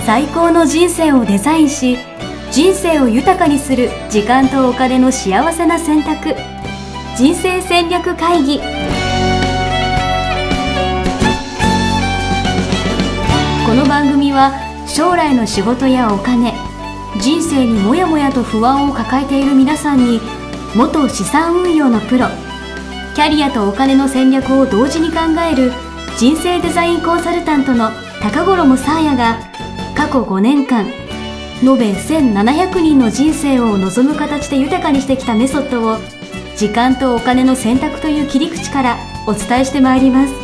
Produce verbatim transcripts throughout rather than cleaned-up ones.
最高の人生をデザインし、人生を豊かにする時間とお金の幸せな選択。人生戦略会議。この番組は将来の仕事やお金、人生にもやもやと不安を抱えている皆さんに、元資産運用のプロ、キャリアとお金の戦略を同時に考える人生デザインコンサルタントの高頃もさあやが、過去ごねんかん延べせんななひゃくにんの人生を望む形で豊かにしてきたメソッドを、時間とお金の選択という切り口からお伝えしてまいります。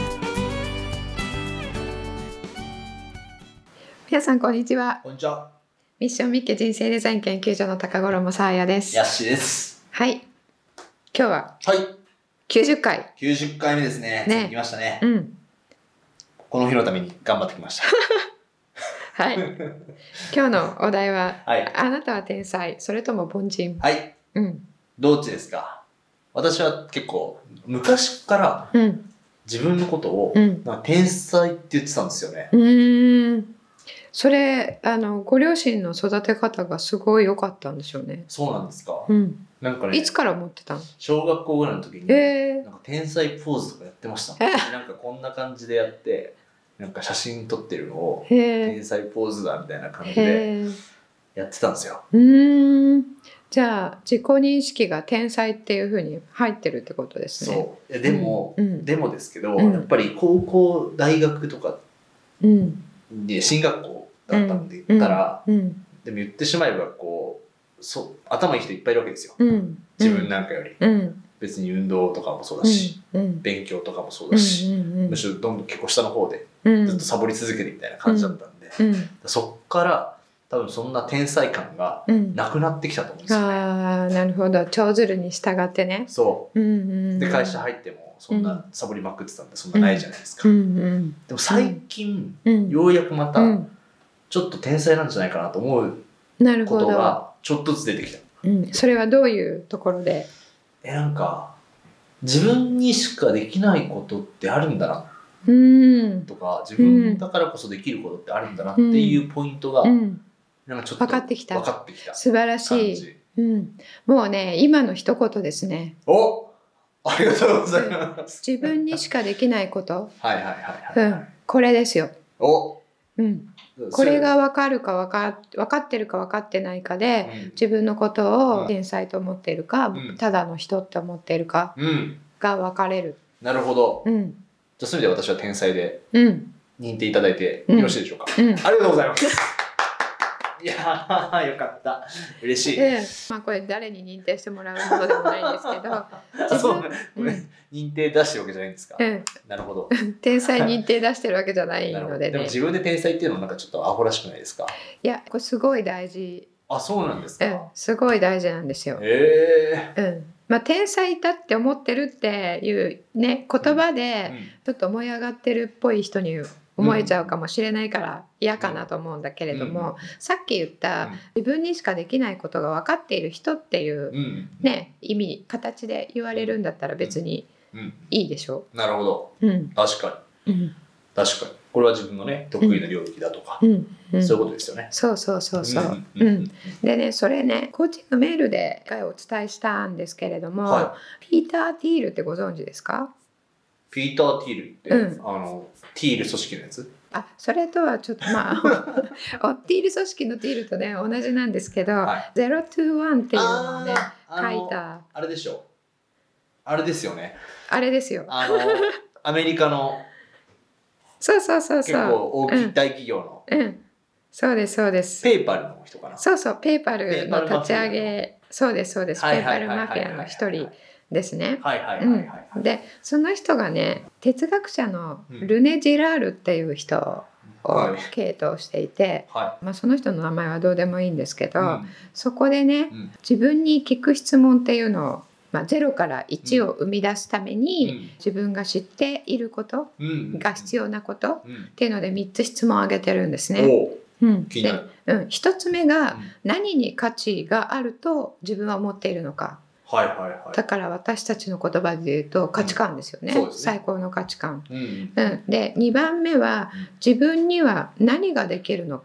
皆さんこんにちは。 こんにちは。 ミッションミッケ人生デザイン研究所の高頃もさあやです。 やっしーです。 はい。今日ははい。 きゅうじゅっかい。 きゅうじゅっかいめですね。 ね。 来ましたね。 うん。 この日のために頑張ってきました。 はい。今日のお題は、 はい、 あなたは天才、それとも凡人。 はい。 うん。 どっちですか？私は結構昔から自分のことを、うん、なんか天才って言ってたんですよね。 うーん。それあのご両親の育て方がすごい良かったんでしょうね。 そうなんですか。 うん。 なんかね。 いつから思ってたの？ 小学校ぐらいの時に、えー、なんか天才ポーズとかやってました。なんかこんな感じでやって、なんか写真撮ってるのを天才ポーズだみたいな感じでやってたんですよ。 うーん。じゃあ自己認識が天才っていう風に入ってるってことですね。 そう。でも、うん、でもですけど、 うん、 やっぱり高校大学とかで進学校だったんで言ったら、うんうん、でも言ってしまえばこうそ頭いい人いっぱいいるわけですよ、うん、自分なんかより、うん、別に運動とかもそうだし、うん、勉強とかもそうだし、うんうんうん、むしろどんどん結構下の方でずっとサボり続けてみたいな感じだったんで、うんうん、そっから多分そんな天才感がなくなってきたと思うんですよね、うん、 あーなるほど。長ずるに従ってね。 そう、うんうんうん、で会社入ってもそんなサボりまくってたんでそんなないじゃないですか、うんうんうん、でも最近、うん、ようやくまたちょっと天才なんじゃないかなと思うことがちょっとずつ出てきた、 うん、それはどういうところで？ えなんか自分にしかできないことってあるんだなとか、自分だからこそできることってあるんだなっていうポイントがなんかちょっと分かってきた。 分かってきた。 素晴らしい、うん、もうね今の一言ですね。 おありがとうございます。 自分にしかできないことはいはいはいはい、 うん、これですよ。 お、 うん、これが分かるか分か、分かってるか分かってないかで、うん、自分のことを天才と思っているか、うん、ただの人って思っているかが分かれる、 うん、なるほど、うん、じゃあそういう意味で私は天才で認定いただいてよろしいでしょうか、うんうん、ありがとうございます。いやーよかった、嬉しい、 えーまあ、これ誰に認定してもらうものでもないんですけどそう、うん、認定出してるわけじゃないんですか、うん、なるほど。 天才認定出してるわけじゃないのでね。 でも自分で天才っていうのもなんかちょっとアホらしくないですか？ いやこれすごい大事。 あ、そうなんですか、 うん、すごい大事なんですよ。 へー、 うんまあ、天才だって思ってるっていうね言葉でちょっと思い上がってるっぽい人に思えちゃうかもしれないから嫌かなと思うんだけれども、うん、さっき言った、うん、自分にしかできないことが分かっている人っていう、うんね、意味形で言われるんだったら別にいいでしょ、 うん、なるほど、うん、確かに、うん、確かにこれは自分のね得意な領域だとか、うんうん、そういうことですよね。 そうそうそうそう、うんうん、でねそれねコーチングメールで一回お伝えしたんですけれども、はい、ピーター・ティールってご存知ですか？ ピーター・ティールって、うん、あのティール組織のやつ？ あ、それとはちょっとまあティール組織のティールとね同じなんですけど、はい、ゼロトゥーワンっていうのをね書いたあれでしょ、あれですよね、 あれですよ、 あのアメリカのそうそうそうそう結構大きい大企業の、 うん、うん、そうですそうです。 ペーパルの人かな。 そうそうペーパルの立ち上げ、そうですそうです、ペーパルマフィアの一人ですね。でその人がね哲学者のルネ・ジラールっていう人を系統していて、はいはい、まあ、その人の名前はどうでもいいんですけど、うん、そこでね、うん、自分に聞く質問っていうのを、まあ、ゼロからいちを生み出すために、うん、自分が知っていることが必要なことっていうのでみっつ質問を挙げてるんですね。うん、で、うん、ひとつめが、何に価値があると自分は思っているのか。はいはいはい、だから私たちの言葉で言うと価値観ですよね、うん、そうですね、最高の価値観、うんうん、でにばんめは自分には何ができるのか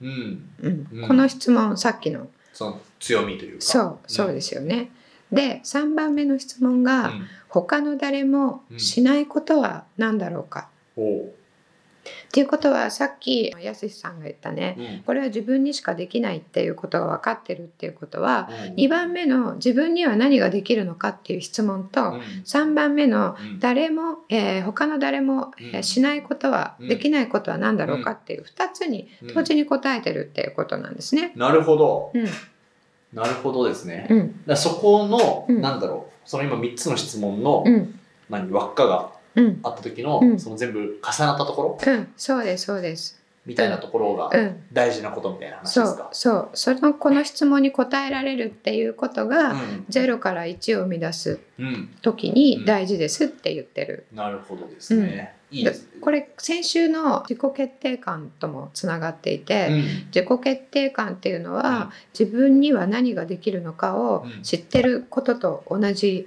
うんうんうん、 この質問さっきのその強みというかそうそうですよね、うん、でさんばんめの質問が、うん、他の誰もしないことは何だろうか、 うん、 っていうことはさっきやすしさんが言ったね、うん、これは自分にしかできないっていうことが分かってるっていうことは、うん、にばんめの自分には何ができるのかっていう質問と、うん、さんばんめの誰も、えー、他の誰も、えー、しないことは、うん、できないことは何だろうかっていうふたつに同時に答えてるっていうことなんですね。 うん、なるほど、 うん、 なるほどですね、 うん、 だそこの、 うん、 なんだろうその今みっつの質問の、 うん、 何輪っかがうん、 あった時の、 うん、 その全部重なったところ、 うん、そうですそうですみたいなところが大事なことみたいな話ですか、 うん、そうそうそのこの質問に答えられるっていうことが、うん、ゼロからいちを生み出す時に大事ですって言ってる、 うんうん、なるほどですね、うん、いいですね。 これ先週の自己決定感ともつながっていて、うん、自己決定感っていうのは、うん、自分には何ができるのかを知ってることと同じ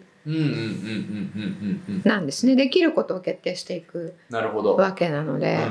なんですね。できることを決定していくわけなので、うんうん、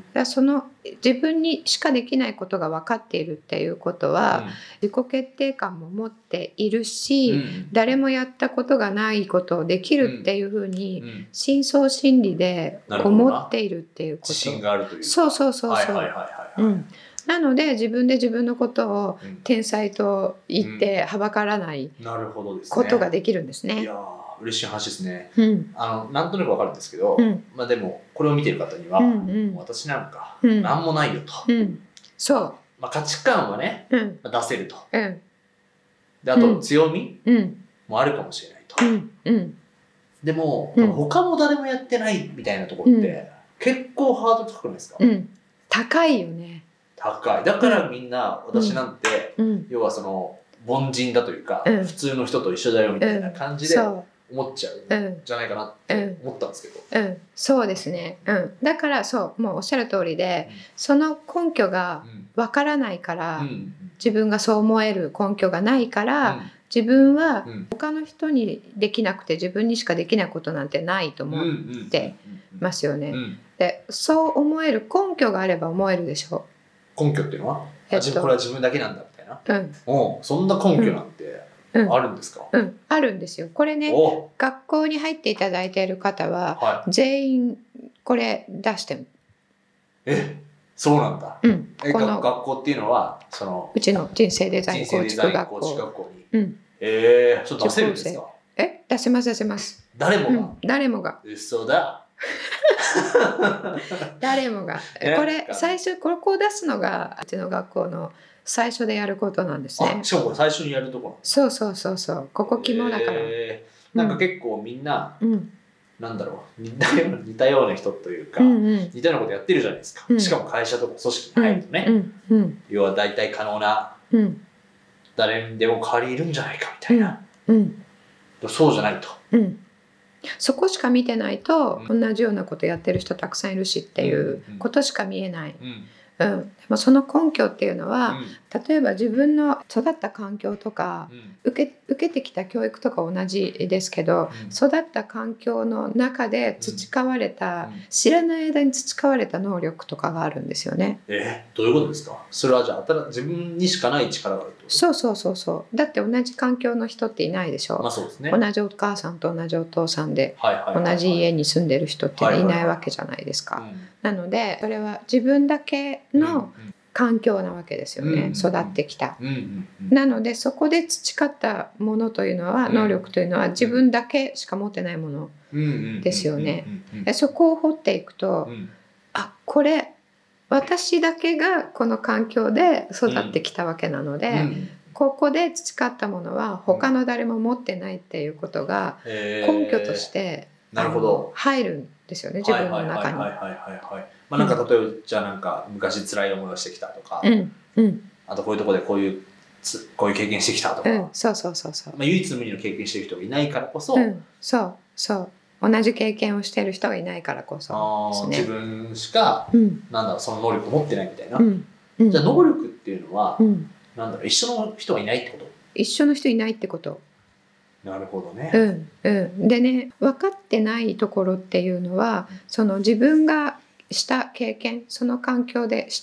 だその自分にしかできないことが分かっているっていうことは、うん、自己決定感も持っているし、うん、誰もやったことがないことをできるっていうふうに、うん、深層心理で思っているっていうこと。 自信があるというか。 そうそうそうそう。なので自分で自分のことを天才と言ってはばからないことができるんですね。 うんうん、いや嬉しい話ですね、 うん、 あのなんとなくわかるんですけど、うん、まあ、でもこれを見てる方には、うんうん、私なんか何もないよと、 うん、そう、 まあ、価値観はね、うんまあ、出せると、 うん、 であと強みもあるかもしれないと、 うんうん、 でも、うん、他も誰もやってないみたいなところって、うん、結構ハードル高くないですか、 うん、高いよね。 高い。だからみんな、うん、私なんて、うん、要はその凡人だというか、うん、普通の人と一緒だよみたいな感じで思っちゃうんじゃないかなって思ったんですけど、 うんうん、そうですね、うん、だからそうもうおっしゃる通りで、うん、その根拠がわからないから、うん、自分がそう思える根拠がないから、うん、自分は他の人にできなくて自分にしかできないことなんてないと思ってますよね、うん、でそう思える根拠があれば思えるでしょう。 根拠っていうのは、えっと、これは自分だけなんだみたいな、うん、おそんな根拠なんてあるんですか、 うんうん、あるんですよ。これね学校に入っていただいている方は、はい、全員これ出してもえそうなんだ、 うん、 えこの学校っていうのはそのうちの人生デザイン構築学校、 学校に、うん、えー、ちょっと出せるんですか。 え出せます出せます誰もが、うん、 誰もが嘘だ誰もがこれ最初ここを出すのがうちの学校の最初でやることなんですね。 あしかもこれ最初にやるところ。 そうそうそうそうここ肝だから、 えー、なんか結構みんな、うん、なんだろう似たような似たような人というか、うんうん、似たようなことやってるじゃないですか、うん、しかも会社とか組織に入るとね、うんうん、要は大体可能な、うん、誰にでも代わりいるんじゃないかみたいな、うんうん、そうじゃないと、うんそこしか見てないと、うん、同じようなことやってる人たくさんいるしっていうことしか見えない、うんうん、でもその根拠っていうのは、うん、例えば自分の育った環境とか、うん、受け、受けてきた教育とか同じですけど、うん、育った環境の中で培われた、うん、知らない間に培われた能力とかがあるんですよね。 えー、どういうことですか。それはじゃあ自分にしかない力があるってこと。 そうそうそうそうだって同じ環境の人っていないでしょ、 まあそうですね、 同じお母さんと同じお父さんで同じ家に住んでる人っていないわけじゃないですか。なのでそれは自分だけの環境なわけですよね、うん、育ってきた、うんうんうん、なのでそこで培ったものというのは、うん、能力というのは自分だけしか持ってないものですよね。そこを掘っていくと、うん、あこれ私だけがこの環境で育ってきたわけなので、うん、ここで培ったものは他の誰も持ってないっていうことが根拠として入るんですよね、自分の中に。 まあなんか例えばじゃあなんか昔辛い思いをしてきたとか、うんうん、あとこういうところでこういうこういう経験してきたとか、うん、 そうそうそうそう、 まあ、唯一無二の経験してる人がいないからこそ、 うん、そうそう同じ経験をしてる人がいないからこそですね、 自分しか、うん、なんだろうその能力を持ってないみたいな、うんうん、じゃあ能力っていうのは、うん、なんだろう一緒の人がいないってこと。 一緒の人いないってこと。 なるほどね、 うんうん、でね分かってないところっていうのはその自分がした経験その環境でした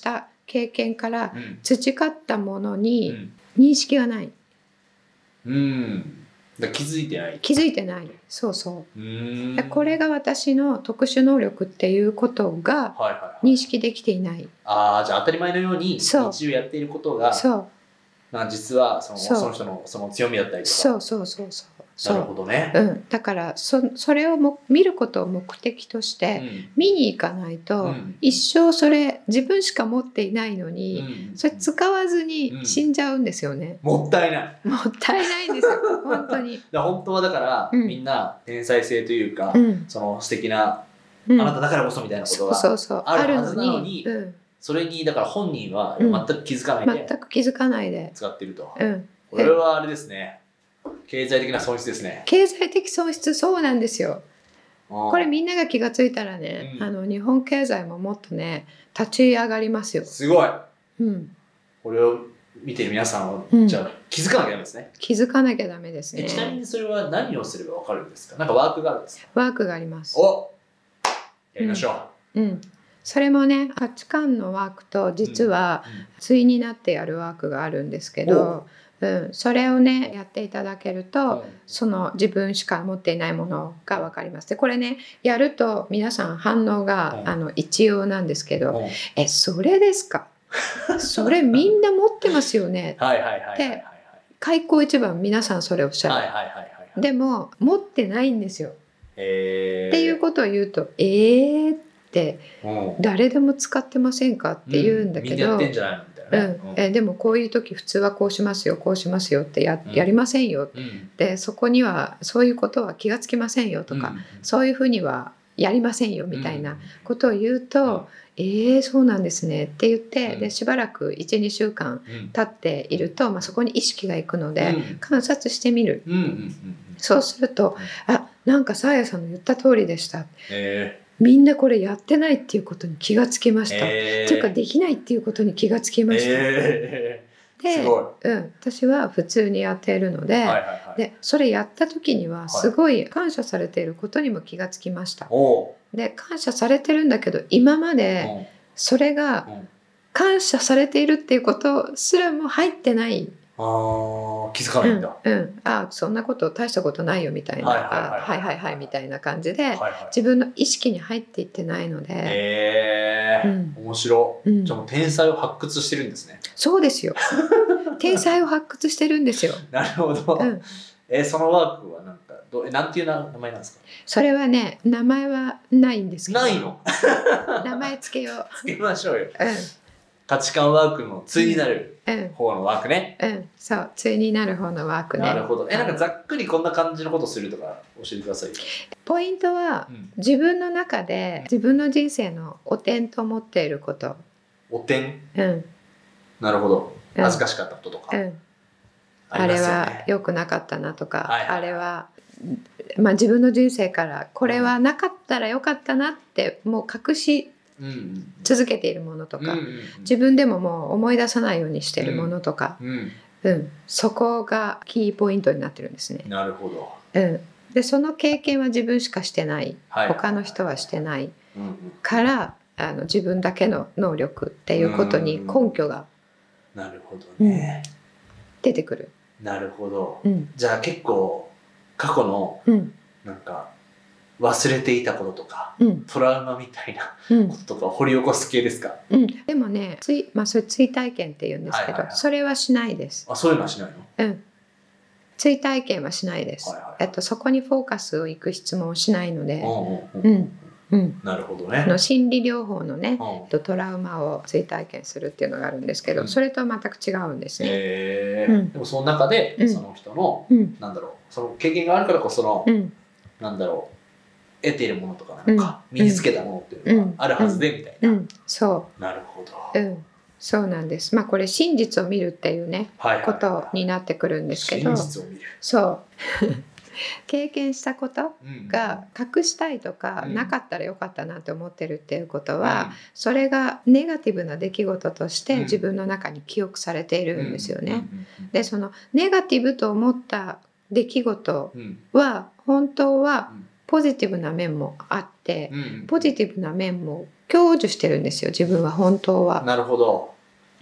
経験から培ったものに認識がない。 うん、うんだ気づいてない気づいてないそうそううーんこれが私の特殊能力っていうことが認識できていない、はいはいはい、 ああじゃあ当たり前のように日常やっていることがそうまあ実はその、その人のその強みだったりとかそうそうそうそうなるほどね、 うん、だからそ、それをも見ることを目的として見に行かないと、うん、一生それ自分しか持っていないのに、うん、それ使わずに死んじゃうんですよね、 うん、もったいないもったいないんですよ本当にだ本当はだから、うん、みんな天才性というか、うん、その素敵な、うん、あなただからこそみたいなことがあるはずなのに、うん、それにだから本人は全く気づかないで、 うん、全く気づかないで使ってると、うん、これはあれですね経済的な損失ですね。 経済的損失そうなんですよ。これみんなが気がついたらね、うん、あの日本経済ももっとね立ち上がりますよ。 すごい。うん。これを見てる皆さんは、うん、じゃあ気づかなきゃダメですね。 気づかなきゃダメですね。 ちなみにそれは何をすればわかるんですか。なんかワークがあるんですか。 ワークがあります。 お、やりましょう。うん。うん、それもね価値観のワークと実は対になってやるワークがあるんですけど。うん、それをねやっていただけると、うん、その自分しか持っていないものが分かります。でこれねやると皆さん反応が、うん、あの一様なんですけど、うん、えそれですかそれみんな持ってますよねって開口一番皆さんそれおっしゃる、はいはいはいはい、でも持ってないんですよ、えー、っていうことを言うとえーって誰でも使ってませんかって言うんだけど、うん、みんなやってんじゃないのうんうんえでもこういう時普通はこうしますよこうしますよって や, やりませんよ、うん、でそこにはそういうことは気がつきませんよとか、うん、そういうふうにはやりませんよみたいなことを言うと、うん、えー、そうなんですねって言って、うん、でしばらく いちにしゅうかん経っていると、まあ、そこに意識がいくので、うん、観察してみる、うんうんうん、そうするとあなんかサーヤさんの言った通りでした、えーみんなこれやってないっていうことに気がつきました、えー、というかできないっていうことに気がつきました、えー、で、すごい、うん、私は普通にやっているので、はいはいはい、でそれやった時にはすごい感謝されていることにも気がつきました、はい、で感謝されてるんだけど今までそれが感謝されているっていうことすらも入ってない、 あー気づかないんだ、 うんうん、あそんなこと大したことないよみたいなはいはいはいはいみたいな感じで、はいはい、自分の意識に入っていってないのでへえーうん、面白い、うん、じゃあもう天才を発掘してるんですね。 そうですよ天才を発掘してるんですよなるほど、うん、えー、そのワークはなんかどうなんていう名前なんですか。 それはね名前はないんですけどないの名前つけようつけましょうよ、うん価値観ワークの対になる方のワークね、 うん、うん、そう対になる方のワークね。 なるほど。えなんかざっくりこんな感じのことするとか教えてください。 ポイントは、うん、自分の中で自分の人生の汚点と思っていること。 汚点、うん、なるほど。恥ずかしかったこととか、うんうん、 あ, あれは良くなかったなとか、はいはいはい、あれは、まあ、自分の人生からこれはなかったらよかったなってもう隠し続けているものとか、うんうんうん、自分でももう思い出さないようにしているものとか、うんうん、そこがキーポイントになってるんですね。 なるほど、 うん、でその経験は自分しかしてない、はい、他の人はしてない、うんうん、からあの自分だけの能力っていうことに根拠が、 うん、なるほどね、うん、 出てくる。 なるほど、うん、じゃあ結構過去のなんか忘れていたこととか、うん、トラウマみたいなこととかを掘り起こす系ですか。 うん、でもねつい、まあ、それ追体験って言うんですけど、はいはいはい、それはしないです。 あそういうのはしないの。 うん追体験はしないです、はいはいはい、えっと、そこにフォーカスをいく質問をしないので、うんうんうん、 なるほどね。 の心理療法のね、うん、トラウマを追体験するっていうのがあるんですけど、うん、それとは全く違うんですね、 えーうん、でもその中でその人の、うん、なんだろうその経験があるからこその、うん、なんだろう得ているものとかなのか、うん、身につけたものっていうのがあるはずで、うん、みたいな、うん、 そうなるほど、 うん、そうなんです。まあこれ真実を見るっていうね、はいはいはいはい、ことになってくるんですけど、 真実を見るそう経験したことが隠したいとか、うん、なかったらよかったなって思ってるっていうことは、うん、それがネガティブな出来事として自分の中に記憶されているんですよね、でそのネガティブと思った出来事は本当はポジティブな面もあって、うん、ポジティブな面も享受してるんですよ自分は本当は。 なるほど、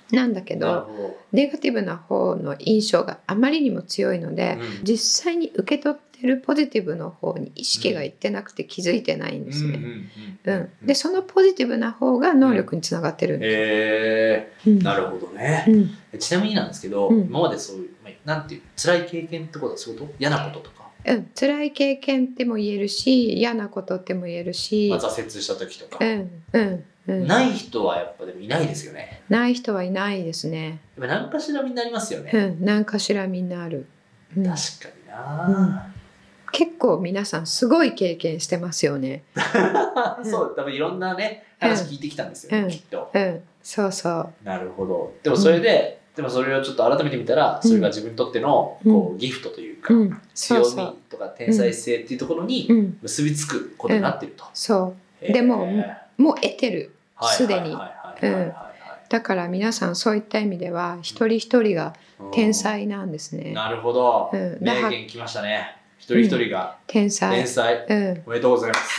なんだけどネガティブな方の印象があまりにも強いので、うん、実際に受け取ってるポジティブの方に意識がいってなくて気づいてないんですね。でそのポジティブな方が能力につながってるんです。 うん、えーうん、なるほどね、うん、ちなみになんですけど、うん、今までそういうなんていう辛い経験ってことはそういうこと嫌なこととか、 うん、辛い経験っても言えるし嫌なことっても言えるし、 まあ、挫折した時とか、 うんうんうん、 ない人はやっぱでもいないですよね。 ない人はいないですね。 やっぱ何かしらみんなありますよね。 うん、何かしらみんなある、 うん、確かにな、 うん、結構皆さんすごい経験してますよね。 そう、多分いろんなね話聞いてきたんですよね、うん、きっと、 うん、そうそう。 なるほど。でもそれで、うん、でもそれをちょっと改めて見たら、それが自分にとってのこうギフトというか、うん、強みとか天才性っていうところに結びつくことになってると、 うんうん、そうでももう得てるすでに。だから皆さんそういった意味では一人一人が天才なんですね。 なるほど、うん、名言きましたね。一人一人が、うん、 天才天才、うん、おめでとうございます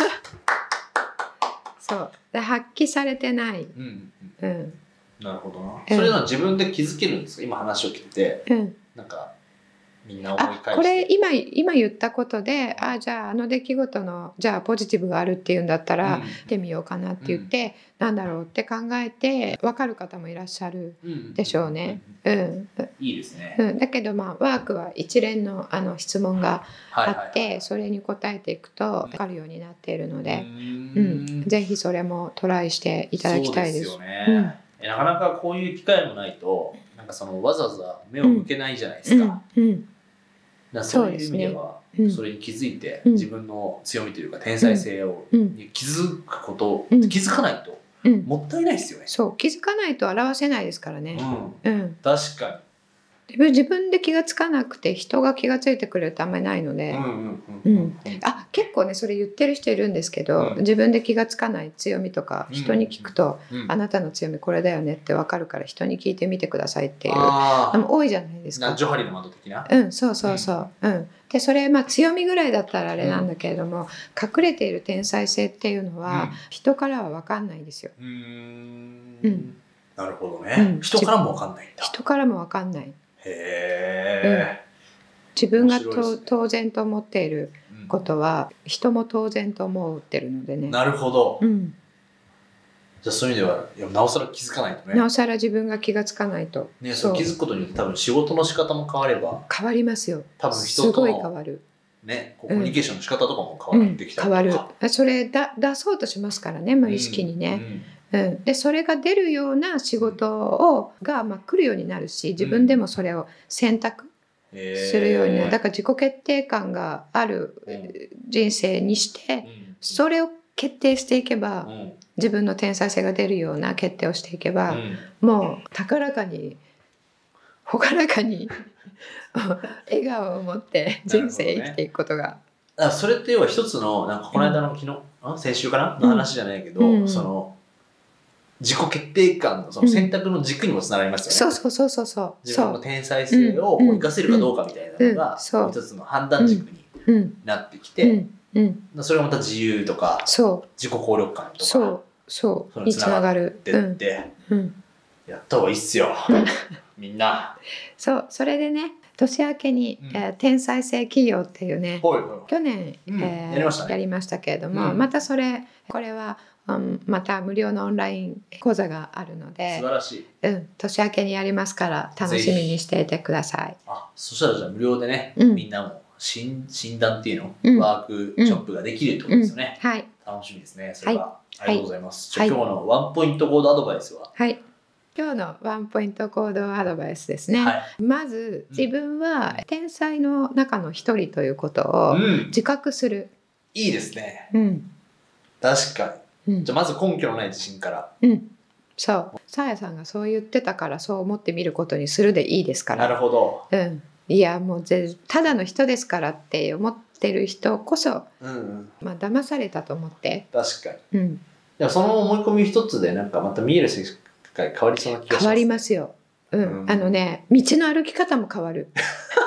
そうで発揮されてない、 うんうんうん、なるほどな、うん、それは自分で気づけるんですか？今話を聞いて、うん、なんかみんな思い返して、 あこれ 今, 今言ったことであじゃああの出来事のじゃあポジティブがあるっていうんだったら、うん、見てみようかなって言って、うん、なんだろうって考えて分かる方もいらっしゃるでしょうね、うんうんうんうん、いいですね、 うん、だけどまあワークは一連 の, あの質問があって、はいはいはい、それに答えていくと分かるようになっているので、うん、ぜひそれもトライしていただきたいです。 そうですよね、うん、なかなかこういう機会もないとなんかそのわざわざ目を向けないじゃないですか、うんうんうんだそういう意味ではそ, で、ねうん、それに気づいて、うん、自分の強みというか天才性を、うん、に気づくこと、うん、気づかないと、うん、もったいないですよね。 そう気づかないと表せないですからね、 うんうん、確かに自分で気がつかなくて人が気がついてくれるとあんまりないので、あ結構ねそれ言ってる人いるんですけど、うん、自分で気がつかない強みとか人に聞くと、うんうん、あなたの強みこれだよねって分かるから人に聞いてみてくださいっていうのも多いじゃないですか。 ジョハリの窓的な、 うん、そうそうそう、うんうん、でそれまあ強みぐらいだったらあれなんだけれども、うん、隠れている天才性っていうのは、うん、人からは分かんないんですよ。うーん、うん、 なるほどね、うん、人からも分かんないんだ。 人からも分かんない。 へうん、自分がと、ね、当然と思っていることは、うん、人も当然と思ってるのでね。 なるほど、うん、じゃあそういう意味ではいやなおさら気づかないとね。 なおさら自分が気がつかないと、 ね、そう気づくことによって多分仕事の仕方も変われば変わりますよ。 多分人とのすごい変わる、 ね、コミュニケーションの仕方とかも変わってきたりとか、 うんうん、変わる。それだ出そうとしますからね無意識にね、うんうんうん、でそれが出るような仕事をが、まあ、来るようになるし自分でもそれを選択するようになる、うん、だから自己決定感がある人生にして、うん、それを決定していけば、うん、自分の天才性が出るような決定をしていけば、うん、もう高らかに朗らかに笑顔を持って人生生きていくことが、 ね、それって要は一つのなんかこの間の昨日、うん、先週かなの話じゃないけど、うん、その自己決定感のその選択の軸にもつながりますよね、 うん、そうそうそうそう自分の天才性を生かせるかどうかみたいなのが一つの判断軸になってきて、うんうんうん、それがまた自由とか自己効力感とかそうそうにつながるってって、うんうん、やった方がいいっすよみんな。 そうそれでね年明けに、うんえー、天才性企業っていうね、はいはい、去年、うんえー、やりましたね、やりましたけれども、うん、またそれこれはうん、また無料のオンライン講座があるので素晴らしい、 うん、年明けにやりますから楽しみにしていてください。 あそしたらじゃあ無料でね、うん、みんなも診断っていうの、うん、ワークショップができるってことですよね、うんうん、はい、楽しみですねそれは、はい、ありがとうございます、はい、じゃあ今日のワンポイントコードアドバイスは、 はい、今日のワンポイントコードアドバイスですね、はい、まず自分は天才の中の一人ということを自覚する、 うん、いいですね、うん、確かにうん、じゃあまず根拠のない自信から、 うん、そうさやさんがそう言ってたからそう思ってみることにするでいいですから。 なるほど、 うん、いやもうぜただの人ですからって思ってる人こそ、うんうんまあ騙されたと思って。 確かに、うん、でもその思い込み一つでなんかまた見える世界変わりそうな気がします、ね、 変わりますよ、うんうん、あのね道の歩き方も変わる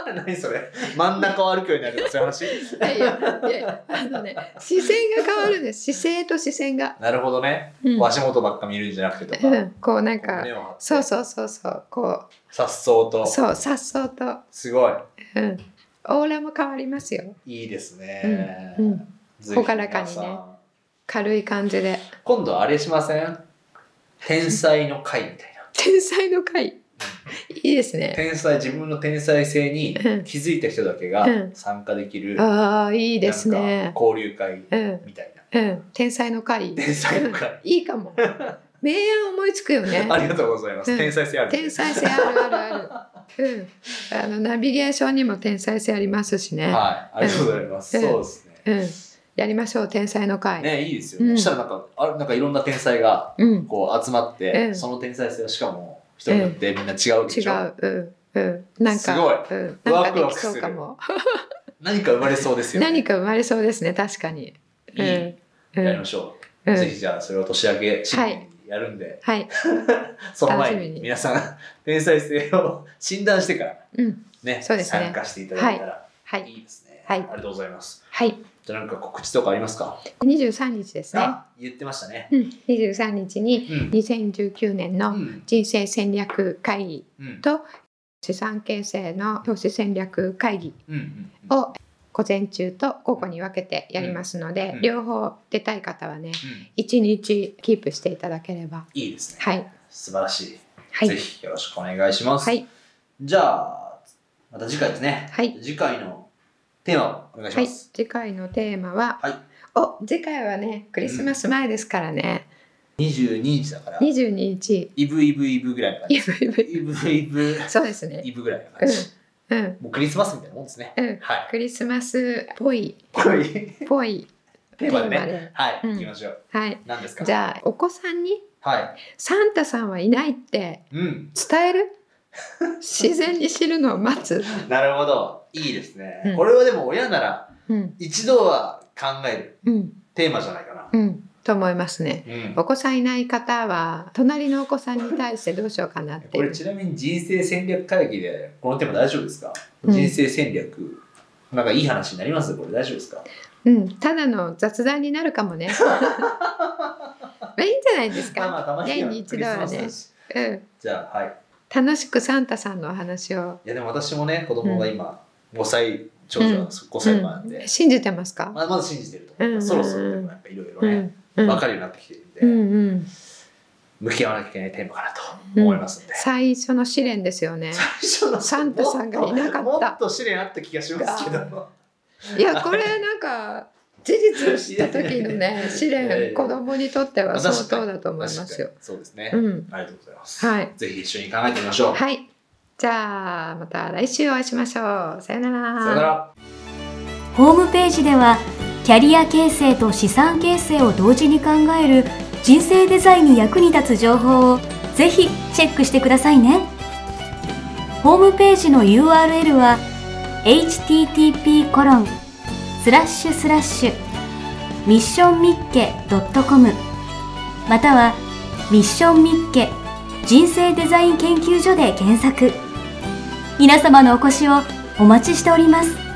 何それ、真ん中を歩くようになるとかそういう話？ いやいやいや、あのね、視線が変わるんです。姿勢と視線が。 なるほどね、うん、足元ばっか見るんじゃなくてとか、 うん、こうなんかそうそうそうそうこうさっそうとそうさっそうとすごい、 うん、オーラも変わりますよ。 いいですね、 うんうんほからかにね、軽い感じで。 今度あれしません？天才の会みたいな。 天才の会、いいですね。 天才、自分の天才性に気づいた人だけが参加できる、 うん、ああいいですね。 交流会みたいな、 うんうん、天才の会、 天才の会、 うん、いいかも。名案思いつくよね。 ありがとうございます、うん、天才性ある、 天才性あるあるある、うん、あのナビゲーションにも天才性ありますしね。 はい、ありがとうございます、うん、そうですね、 うん、やりましょう天才の会ね。いいですよね、うん、そしたらなんかあなんかいろんな天才がこう集まって、うん、その天才性はしかも人によってみんな違うでしょ、 うん、違う、うんうん、なんかすごい、 うん、なんかできそうかも。 何か生まれそうですよね。 何か生まれそうですね、確かに。いい、うん、やりましょう、うん、ぜひじゃあそれを年明け新年にやるんで、 はい、 その前に皆さん天才性を診断してから、 うんね、 そうですね、 参加していただいたら、はい、いいですね、 はい、 ありがとうございます。 はい、 じゃあなんか告知とかありますか？ にじゅうさんにちですね。 あ、言ってましたね、 うん、にじゅうさんにちににせんじゅうきゅうねんの人生戦略会議と、うん、資産形成の投資戦略会議を午前中と午後に分けてやりますので、うん、両方出たい方はね、うん、いちにちキープしていただければ。 いいですね、 はい、 素晴らしい、 はい、 ぜひよろしくお願いします、 はい、 じゃあまた次回ですね、 はい、 次回のテーマをお願いします。 はい、次回のテーマは、 はい、 お次回はねクリスマス前ですからね、 うん、にじゅうににちだからにじゅうににちイブイブイブぐらいの感じ。イブイブイブイブそうですね、 イブぐらいの感じ、 うんうん、 もうクリスマスみたいなもんですね、 うん、 はい、 クリスマスっぽいぽいぽいテーマでね、はい、うん、行きましょう。 はい、 何ですか？ じゃあお子さんに、 はい、 サンタさんはいないって伝える、うん、自然に知るのを待つ。 なるほど、いいですね、うん、これはでも親なら一度は考えるテーマじゃないかな、 うんうんと思いますね、うん、お子さんいない方は隣のお子さんに対してどうしようかなっていう。 これちなみに人生戦略会議でこのテーマ大丈夫ですか？うん、人生戦略なんかいい話になります？これ大丈夫ですか？ うん、ただの雑談になるかもね。まあいいんじゃないですか。 まあまあ年に一度はね、うん、 じゃあはい、 楽しくサンタさんのお話を。 いやでも私もね子供が今ごさい、長女はごさいなんで、 うんうん、信じてますか？ まあ、まだ信じてると思う、うんうんうん、そろそろでもやっぱいろいろね、うん分かるようになってきてるんで、 うんうん、 向き合わなきゃいけないテーマかなと思いますんで、うん、 最初の試練ですよね。 最初のサンタさんがいなかった。 もっと試練あった気がしますけど。 いやこれなんか事実した時のね試練、子供にとっては相当だと思いますよ。 そうですね、 うん、 ありがとうございます、 はい、 ぜひ一緒に考えてみましょう。 はい、じゃあまた来週お会いしましょう。さよなら。 さよなら。 ホームページではキャリア形成と資産形成を同時に考える人生デザインに役に立つ情報をぜひチェックしてくださいね。ホームページの ユーアールエル は エイチティーティーピーコロンスラッシュスラッシュミッションミッケドットコム またはミッションミッケ人生デザイン研究所で検索。皆様のお越しをお待ちしております。